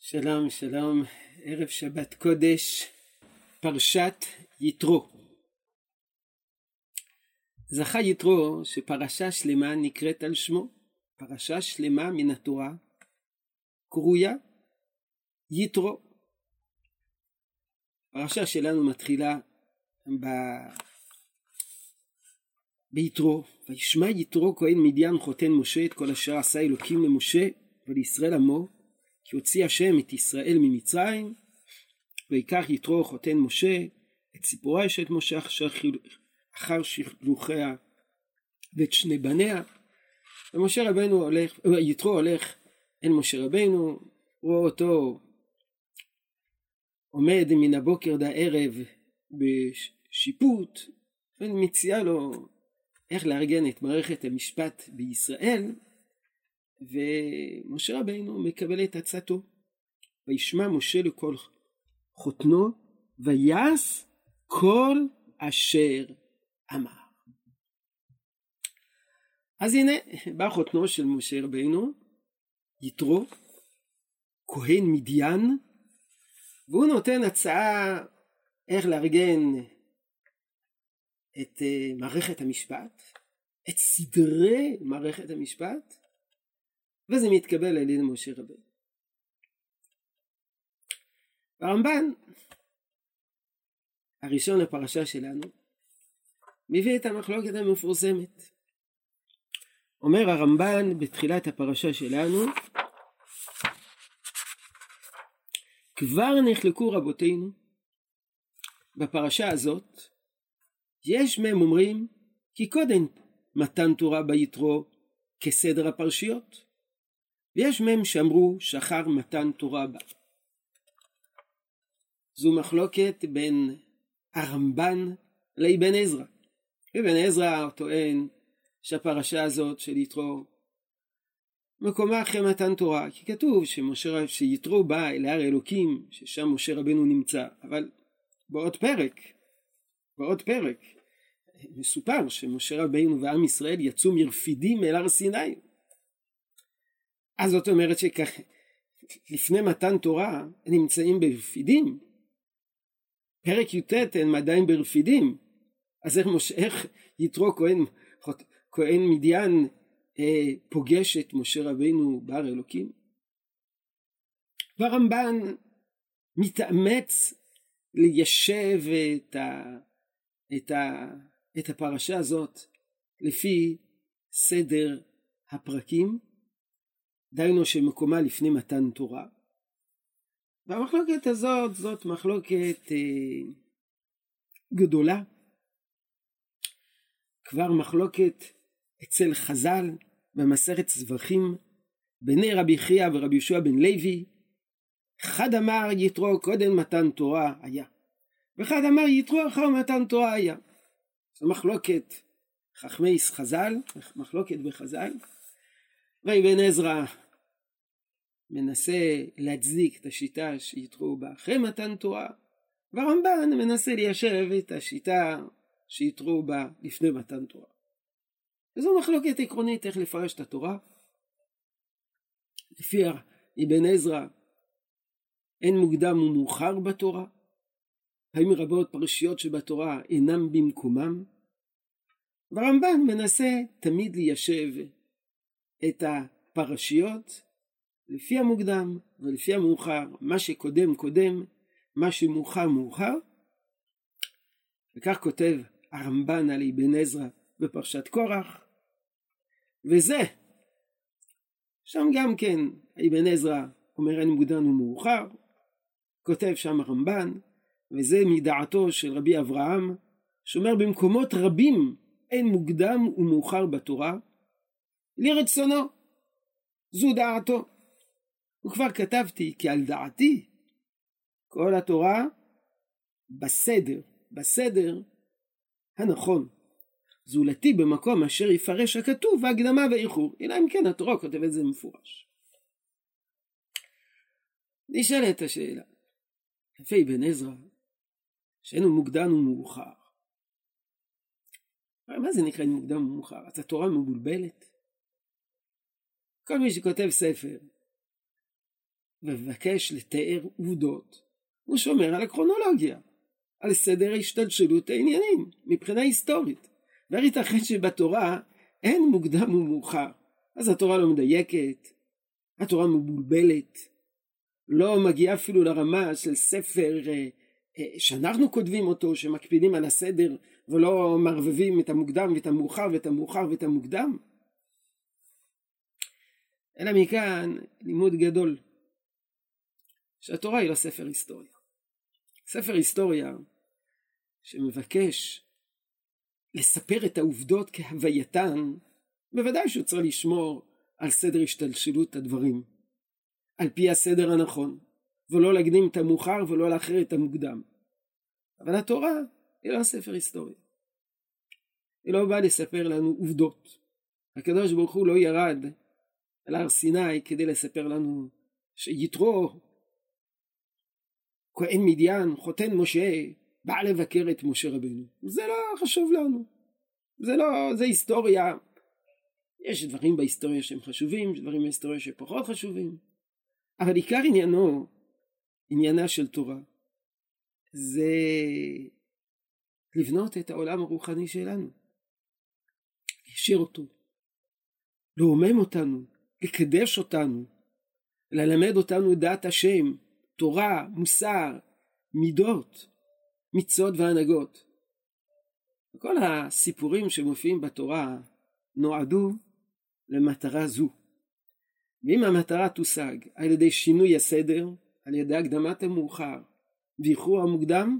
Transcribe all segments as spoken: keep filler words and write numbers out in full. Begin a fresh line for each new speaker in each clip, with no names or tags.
שלום שלום, ערב שבת קודש, פרשת יתרו. זכה יתרו שפרשה שלמה נקראת על שמו, פרשה שלמה מן התורה, קרויה יתרו. פרשה שלנו מתחילה ב... ביתרו. וישמע יתרו כהן מדיין חותן משה את כל אשר עשה אלוקים למשה ולישראל עמו, כי הוציא השם את ישראל ממצרים. ויקח יתרו חותן משה את ציפורה אשת משה אחר שילוחיה ואת שני בניה. ומשה רבנו הולך, יתרו הולך אל משה רבנו, רואה אותו עומד מן הבוקר עד הערב בשיפוט, ומציע לו איך לארגן את מערכת המשפט בישראל. ומשה רבינו מקבל את עצתו. וישמע משה לכל חותנו ויעש כל אשר אמר. אז הנה בא חותנו של משה רבינו, יתרו, כהן מדיין, והוא נותן הצעה איך לארגן את מערכת המשפט, את סדרי מערכת המשפט, וזה מתקבל על ידי משה רבינו. הרמב"ן הראשון לפרשה שלנו מביא את המחלוקת המפורסמת. אומר הרמב"ן בתחילת הפרשה שלנו, כבר נחלקו רבותינו בפרשה הזאת. יש מהם אומרים כי קודם מתן תורה ביתרו כסדר הפרשיות, ויש מהם שאמרו שחר מתן תורה בה. זו מחלוקת בין הרמב"ן לאבן עזרא. אבן עזרא טוען שהפרשה הזאת של יתרו מקומה אחרי מתן תורה, כי כתוב שמשה, שיתרו בא אל הר אלוקים, ששם משה רבנו נמצא. אבל בעוד פרק בעוד פרק מסופר שמשה רבנו ועם ישראל יצאו מרפידים אל הר סיני. אז זאת אומרת שכך לפני מתן תורה הם נמצאים ברפידים. פרק י"ט הם עדיין ברפידים. אז איך, משה, איך יתרו כהן, כהן מדיין אה, פוגש את משה רבינו בהר אלוקים? והרמב"ן מתאמץ ליישב את, ה, את, ה, את הפרשה הזאת לפי סדר הפרקים, דיינו שמקומה לפני מתן תורה. והמחלוקת הזאת זאת מחלוקת אה, גדולה, כבר מחלוקת אצל חז"ל במסכת זבחים, בני רבי חייא ורבי יהושע בן לוי. אחד אמר יתרו קודם מתן תורה היה, ואחד אמר יתרו אחר מתן תורה היה. זו מחלוקת חכמי חז"ל, מחלוקת בחז"ל. ואבן עזרא מנסה להצדיק את השיטה שיתרו בה אחרי מתן תורה, והרמב"ן מנסה ליישב את השיטה שיתרו בה לפני מתן תורה. וזו מחלוקת עקרונית איך לפרש את התורה. לפי אבן עזרא אין מוקדם ומאוחר בתורה, פעמים רבות פרשיות שבתורה אינם במקומם, והרמב"ן מנסה תמיד ליישב את הפרשיות לפי המוקדם ולפי המאוחר, מה שקודם קודם, מה שמאוחר מאוחר. וכך כותב הרמב"ן על אבן עזרא בפרשת קורח. וזה שם גם כן אבן עזרא אומר אין מוקדם ומאוחר, כותב שם הרמב"ן, וזה מדעתו של רבי אברהם שאומר במקומות רבים אין מוקדם ומאוחר בתורה לרצונו, זו דעתו. וכבר כתבתי כי על דעתי כל התורה בסדר, בסדר הנכון, זולתי במקום אשר יפרש הכתוב והקדמה ואיחור, אלא אם כן התורה כותב את זה מפורש. נשאלת השאלה, לפי אבן עזרא שאינו מוקדם ומאוחר, מה זה נקרא מוקדם ומאוחר? אז התורה מבולבלת? כל מי שכותב ספר ומבקש לתאר עובדות, הוא שומר על הקרונולוגיה, על סדר השתלשלות העניינים מבחינה היסטורית. וייתכן שבתורה אין מוקדם ומאוחר, אז התורה לא מדייקת, התורה מבולבלת, לא מגיעה אפילו לרמה של ספר שאנחנו כותבים אותו, שמקפידים על הסדר ולא מערבבים את המוקדם ואת המאוחר ואת המאוחר ואת המוקדם. אלא מכאן לימוד גדול, שהתורה היא לא ספר היסטוריה. ספר היסטוריה שמבקש לספר את העובדות כהווייתן, בוודאי שהוא צריך לשמור על סדר השתלשלות הדברים, על פי הסדר הנכון, ולא להקדים את המאוחר ולא לאחר את המוקדם. אבל התורה היא לא ספר היסטוריה. היא לא באה לספר לנו עובדות. הקדוש ברוך הוא לא ירד על הר סיני כדי לספר לנו שיתרו כהן מדיין, חותן משה, בא לבקר את משה רבנו. זה לא חשוב לנו. זה לא, זה היסטוריה. יש דברים בהיסטוריה שהם חשובים, יש דברים בהיסטוריה שפחות חשובים. אבל עיקר עניינו, עניינה של תורה, זה לבנות את העולם הרוחני שלנו. ליישר אותו. להומם אותנו, לקדש אותנו, ללמד אותנו דעת השם, תורה, מוסר, מידות, מצוות והנהגות. כל הסיפורים שמופיעים בתורה נועדו למטרה זו. ואם המטרה תושג על ידי שינוי הסדר, על ידי הקדמת המאוחר ואיחור המוקדם,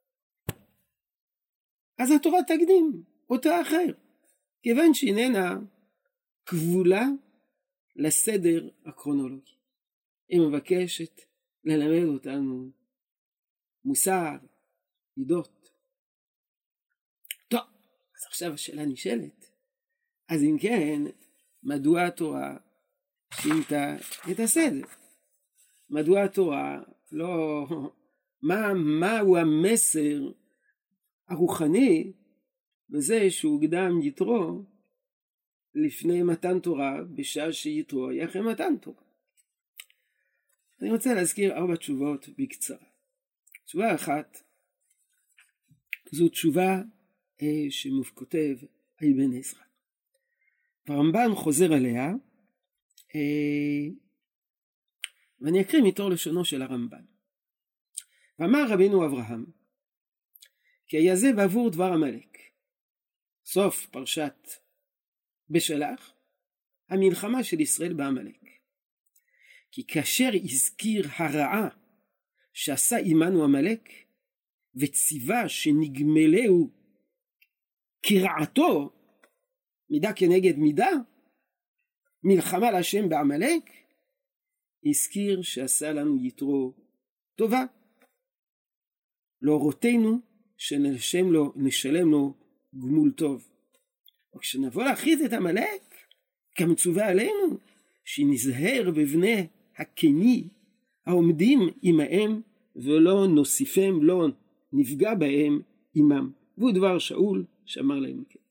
אז התורה תקדים אותה אחר, כיוון שאיננה כבולה לסדר הקרונולוגי. היא מבקשת ללמד אותנו מוסר, מידות. טוב, אז עכשיו השאלה נשאלת, אז אם כן, מדוע התורה שינתה את הסדר? מדוע התורה לא... מה, מהו המסר הרוחני בזה שהוקדם יתרו לפני מתן תורה, בשעה שיתרו היה אחרי מתן תורה? אני רוצה להזכיר ארבע תשובות בקצרה. תשובה אחת, זו תשובה אה, שמוכתב אבן עזרא. הרמב"ן חוזר עליה, אה, ואני אקריא מתור לשונו של הרמב"ן. ואמר רבינו אברהם, כי היה זה בעבור דבר עמלק. סוף פרשת בשלח, המלחמה של ישראל בעמלק. כי כאשר הזכיר הרעה שעשה עמנו עמלק, וציווה שנגמלהו כרעתו, מידה כנגד מידה, מלחמה להשם בעמלק, הזכיר שעשה לנו יתרו טובה. להורותינו שנשלם לו, נשלם לו גמול טוב. וכשנבוא להכריז את עמלק, כמצווה עלינו, שנזהר בבני הקני העומדים עמהם, ולא נוסיפם, לא נפגע בהם עמם. והוא דבר שאול שאמר להם כן.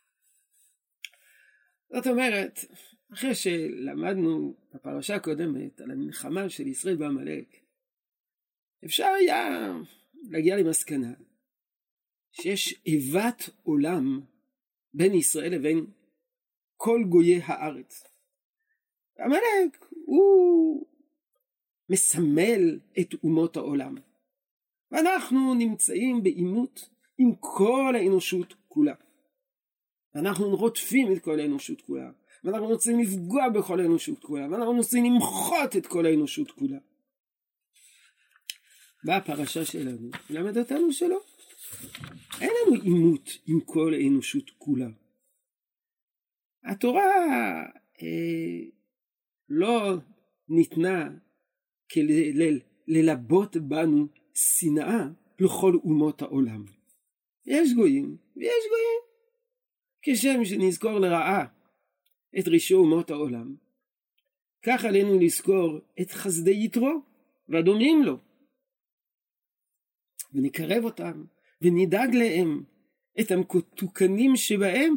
זאת אומרת, אחרי שלמדנו בפרשה הקודמת על המלחמה של ישראל בעמלק, אפשר היה להגיע למסקנה שיש איבת עולם בין ישראל לבין כל גויי הארץ. עמלק הוא מסמל את אומות העולם, ואנחנו נמצאים בעימות עם כל האנושות כולה, ואנחנו רודפים את כל האנושות כולה, ואנחנו רוצים לפגוע בכל האנושות כולה, ואנחנו רוצים למחות את כל האנושות כולה. באה הפרשה שלנו למד אותנו שלא, אין לנו עימות עם כל האנושות כולה. התורה אה, לא ניתנה כדי ללבות בנו שנאה לכל אומות העולם. יש גויים ויש גויים. כשם שנזכור לרעה את רשעי אומות העולם, כך עלינו לזכור את חסדי יתרו והדומים לו, ונקרב אותם ונדאג להם את המתוקנים שבהם,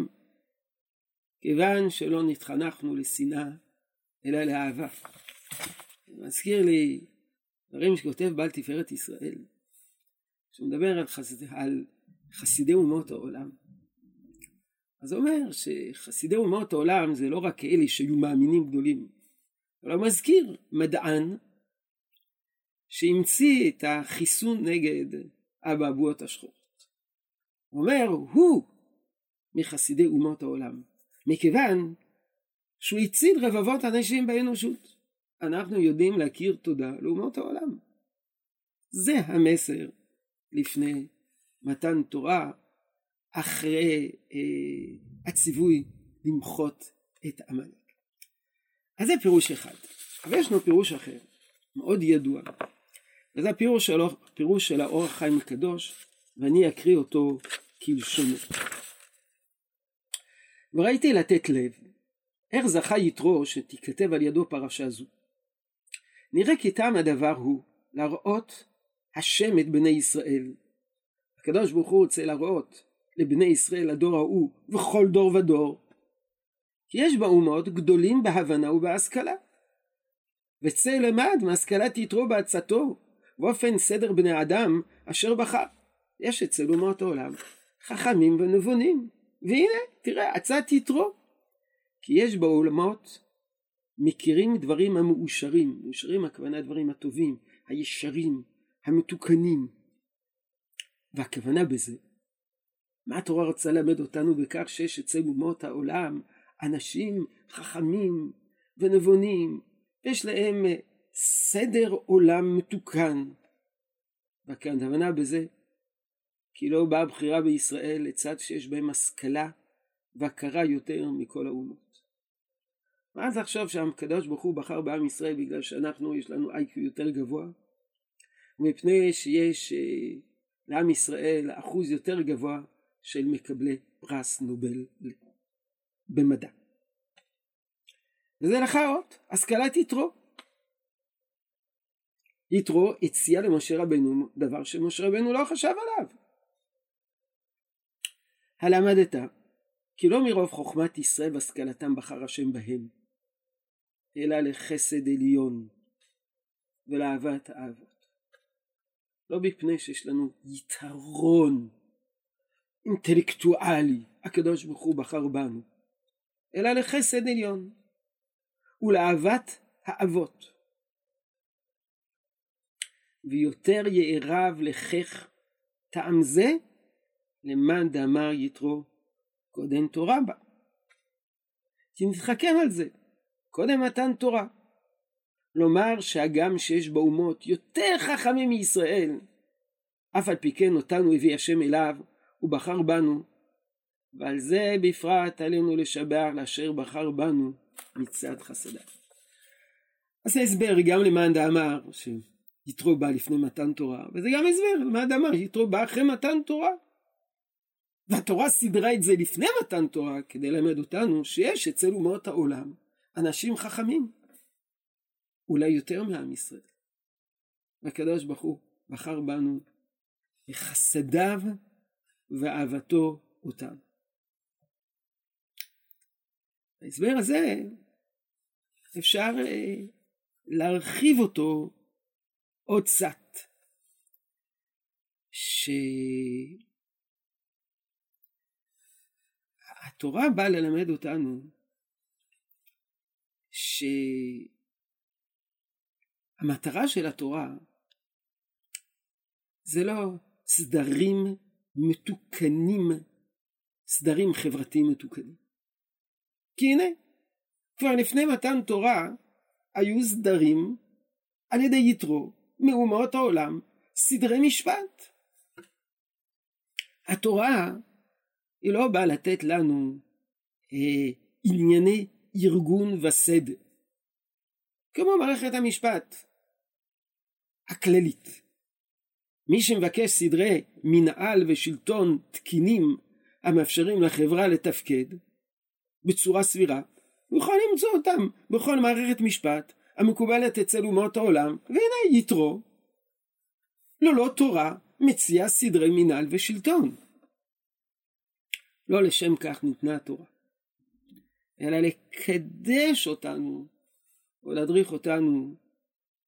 כיוון שלא נתחנכנו לשנאה אלא לאהבה. מזכיר לי דברים שכותב בעל תפארת ישראל, שהוא מדבר על, חס... על חסידי אומות העולם. אז הוא אומר שחסידי אומות העולם זה לא רק אלה שהיו מאמינים גדולים, אבל הוא מזכיר מדען שהמציא את החיסון נגד האבעבועות השחורות. הוא אומר, הוא מחסידי אומות העולם, מכיוון שהוא הציל רבבות אנשים באנושות. אנחנו יודעים להכיר תודה לאומות העולם. זה המסר לפני מתן תורה, אחרי אה, הציווי למחות את עמלק. אז זה פירוש אחד. אבל ישנו פירוש אחר, מאוד ידוע. וזה הפירוש של, פירוש של האור החיים הקדוש, ואני אקריא אותו כלשונו. וראיתי לתת לב, איך זכה יתרו שתיכתב על ידו פרשה זו. נראה כי טעם הדבר הוא להראות השם את בני ישראל. הקדוש ברוך הוא רוצה להראות לבני ישראל הדור ההוא וכל דור ודור, כי יש באומות גדולים בהבנה ובהשכלה, וצא למד מהשכלת יתרו בעצתו ואופן סדר בני אדם אשר בחר. יש אצל אומות העולם חכמים ונבונים, והנה תראה עצת יתרו, כי יש בעולמות מכירים דברים המאושרים, מאושרים הכוונה דברים הטובים, הישרים, המתוקנים. והכוונה בזה, מה התורה רוצה ללמד אותנו בכך שיש אצל אומות העולם אנשים חכמים ונבונים, יש להם סדר עולם מתוקן. והכוונה בזה, כי לא באה בחירה בישראל לצד שיש בהם השכלה והכרה יותר מכל האומות. ואז לחשוב שהקדוש ברוך הוא בחר בעם ישראל בגלל שאנחנו יש לנו איי קיו יותר גבוה, ומפני שיש אה, לעם ישראל אחוז יותר גבוה של מקבלי פרס נובל במדע. וזה לחאות, השכלת יתרו. יתרו הציע למשה רבנו דבר שמשה רבנו לא חשב עליו. הלמדת, כי לא מרוב חוכמת ישראל והשכלתם בחר השם בהם, אלא לחסד עליון ולאהבת האבות. לא בפני שיש לנו יתרון אינטלקטואלי, הקדוש ברוך הוא בחר בנו, אלא לחסד עליון ולאהבת האבות. ויותר יערב לכך טעם זה, למען דאמר יתרו קודם תורה בה. כי נתחכם על זה, קודם מתן תורה. לומר שהגם שיש באומות יותר חכמים מישראל, אף על פי כן אותנו הביא השם אליו ובחר בנו, ועל זה בפרט עלינו לשבח לאשר בחר בנו מצד חסדיו. אז ההסבר גם למען דאמר שיתרו בא לפני מתן תורה, וזה גם הסבר למען דאמר שיתרו בא אחרי מתן תורה. והתורה סדרה את זה לפני מתן תורה כדי ללמד אותנו שיש אצל אומות העולם אנשים חכמים, אולי יותר מעם ישראל. והקדוש ברוך הוא בחר בנו בחסדיו ואהבתו אותנו. ההסבר הזה אפשר אה, להרחיב אותו עוד קצת, שהתורה באה ללמד אותנו שהמטרה של התורה זה לא סדרים מתוקנים, סדרים חברתיים מתוקנים. כי הנה, כבר לפני מתן תורה היו סדרים על ידי יתרו מאומות העולם, סדרי משפט. התורה היא לא באה לתת לנו אה, ענייני ארגון וסדר, כמו מערכת המשפט הכללית. מי שמבקש סדרי מנהל ושלטון תקינים המאפשרים לחברה לתפקד בצורה סבירה, הוא יכול למצוא אותם בכל מערכת משפט המקובלת אצל אומות העולם. והנה יתרו ללא תורה מציע סדרי מנהל ושלטון. לא לשם כך ניתנה התורה, אלא לקדש אותנו או להדריך אותנו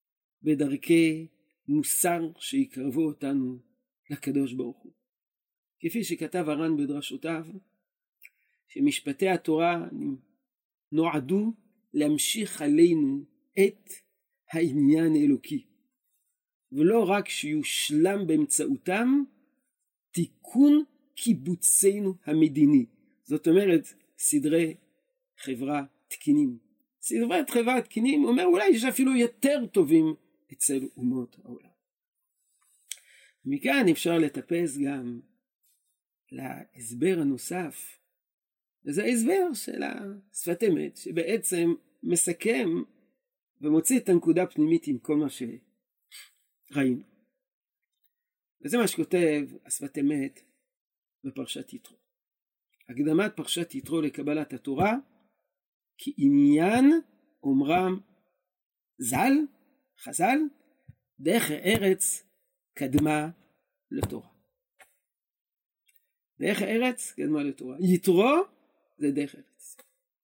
בדרכי מוסר שיקרבו אותנו לקדוש ברוך הוא. כפי שכתב הר"ן בדרשותיו, שמשפטי התורה נועדו להמשיך עלינו את העניין האלוקי, ולא רק שיושלם באמצעותם תיקון קיבוצנו המדיני. זאת אומרת, סדרי חברה תקינים. סדרי חברה תקינים אומר אולי יש אפילו יותר טובים אצל אומות העולם. מכאן אפשר לטפס גם להסבר הנוסף, וזה ההסבר של השפת אמת, שבעצם מסכם ומוציא את הנקודה הפנימית עם כל מה שראינו. וזה מה שכותב השפת אמת בפרשת יתרו. הקדמת פרשת יתרו לקבלת התורה, כי עניין אומרם ז"ל, חז"ל, דרך הארץ קדמה לתורה. דרך הארץ קדמה לתורה. יתרו זה דרך ארץ.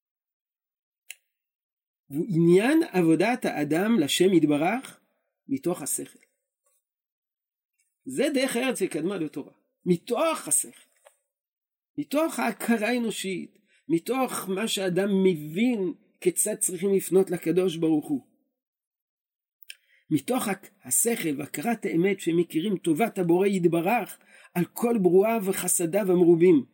והוא עניין עבודת האדם לשם יתברך מתוך השכל. זה דרך הארץ שקדמה לתורה. מתוך השכל. מתוך ההכרה האנושית. מתוך מה שאדם מבין כיצד צריכים לפנות לקדוש ברוך הוא. מתוך השכל והכרת האמת שמכירים טובת הבורא יתברך על כל ברואיו וחסדיו המרובים.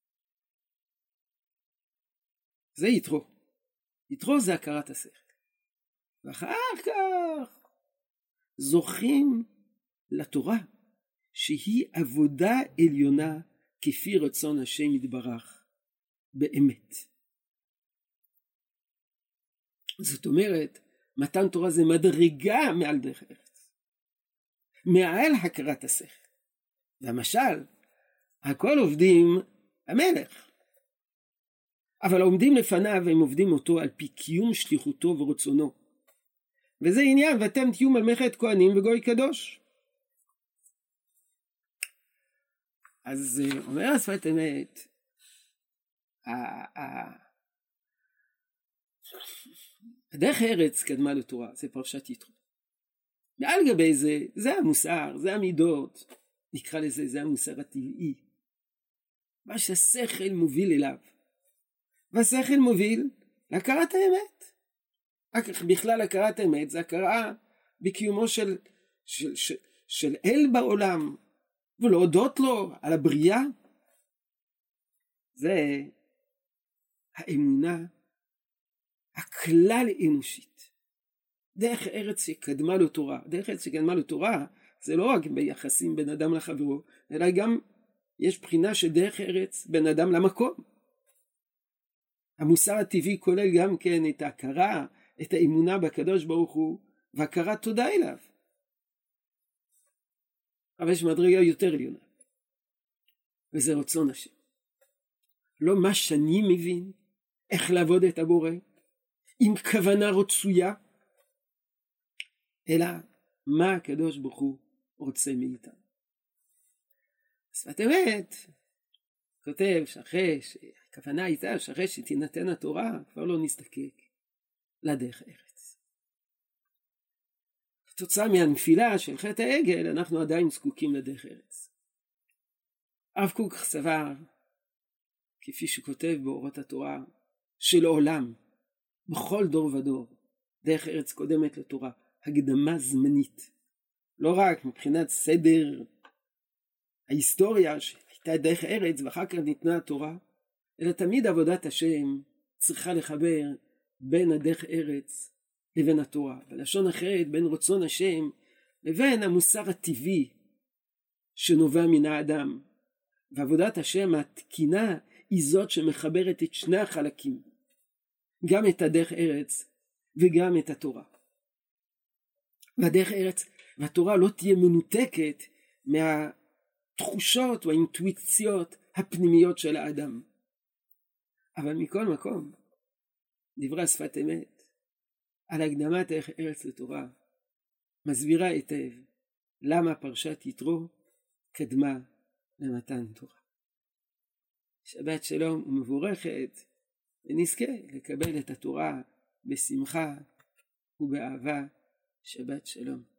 זה יתרו. יתרו זה הכרת השכל. ואחר כך זוכים לתורה שהיא עבודה עליונה כפי רצון השם יתברך באמת. זאת אומרת, מתן תורה זה מדרגה מעל דרך ארץ. מעל הכרת השכל. והמשל, הכל עובדים המלך. אבל עומדים לפניו והם עובדים אותו על פי קיום שליחותו ורצונו. וזה עניין, ואתם תהיו ממלכת כהנים וגוי קדוש. אז אומר השפת אמת, הדרך ארץ קדמה לתורה, זה פרשת יתרו. מעל גבי זה, זה המוסר, זה המידות, נקרא לזה, זה המוסר הטבעי. מה שהשכל מוביל אליו. והשכל מוביל להכרת האמת. בכלל הכרת האמת זה הכרה בקיומו של, של, של, של אל בעולם, ולהודות לו על הבריאה. זה האמונה הכלל אנושית. דרך ארץ שקדמה לתורה. דרך ארץ שקדמה לתורה זה לא רק ביחסים בין אדם לחברו, אלא גם יש בחינה של דרך ארץ בין אדם למקום. המוסר הטבעי כולל גם כן את ההכרה, את האמונה בקדוש ברוך הוא, והכרת תודה אליו. אבל יש מדרגה יותר עליונה. וזה רצון השם. לא מה שאני מבין, איך לעבוד את הבורא, עם כוונה רצויה, אלא מה הקדוש ברוך הוא רוצה מאיתנו. שפת אמת כותב שאחרי שהכוונה הייתה שאחרי שתינתן התורה כבר לא נזדקק לדרך ארץ. תוצאה מהנפילה של חטא העגל אנחנו עדיין זקוקים לדרך ארץ. הרב קוק סבר כפי שכותב באורות התורה שלעולם בכל דור ודור דרך ארץ קודמת לתורה, הקדמה זמנית, לא רק מבחינת סדר ההיסטוריה שהייתה דרך ארץ ואחר כך ניתנה התורה, אלא תמיד עבודת השם צריכה לחבר בין הדרך ארץ לבין התורה, בלשון אחרת בין רצון השם לבין המוסר הטבעי שנובע מן האדם. ועבודת השם התקינה היא זאת שמחברת את שני החלקים, גם את הדרך ארץ וגם את התורה. והדרך ארץ והתורה לא תהיה מנותקת מהתחושות והאינטואיציות הפנימיות של האדם. אבל מכל מקום, דברי השפת אמת על הקדמת דרך ארץ לתורה מסבירה היטב למה פרשת יתרו קדמה למתן תורה. שבת שלום ומבורכת, ונזכה לקבל את התורה בשמחה ובאהבה שבת שלום.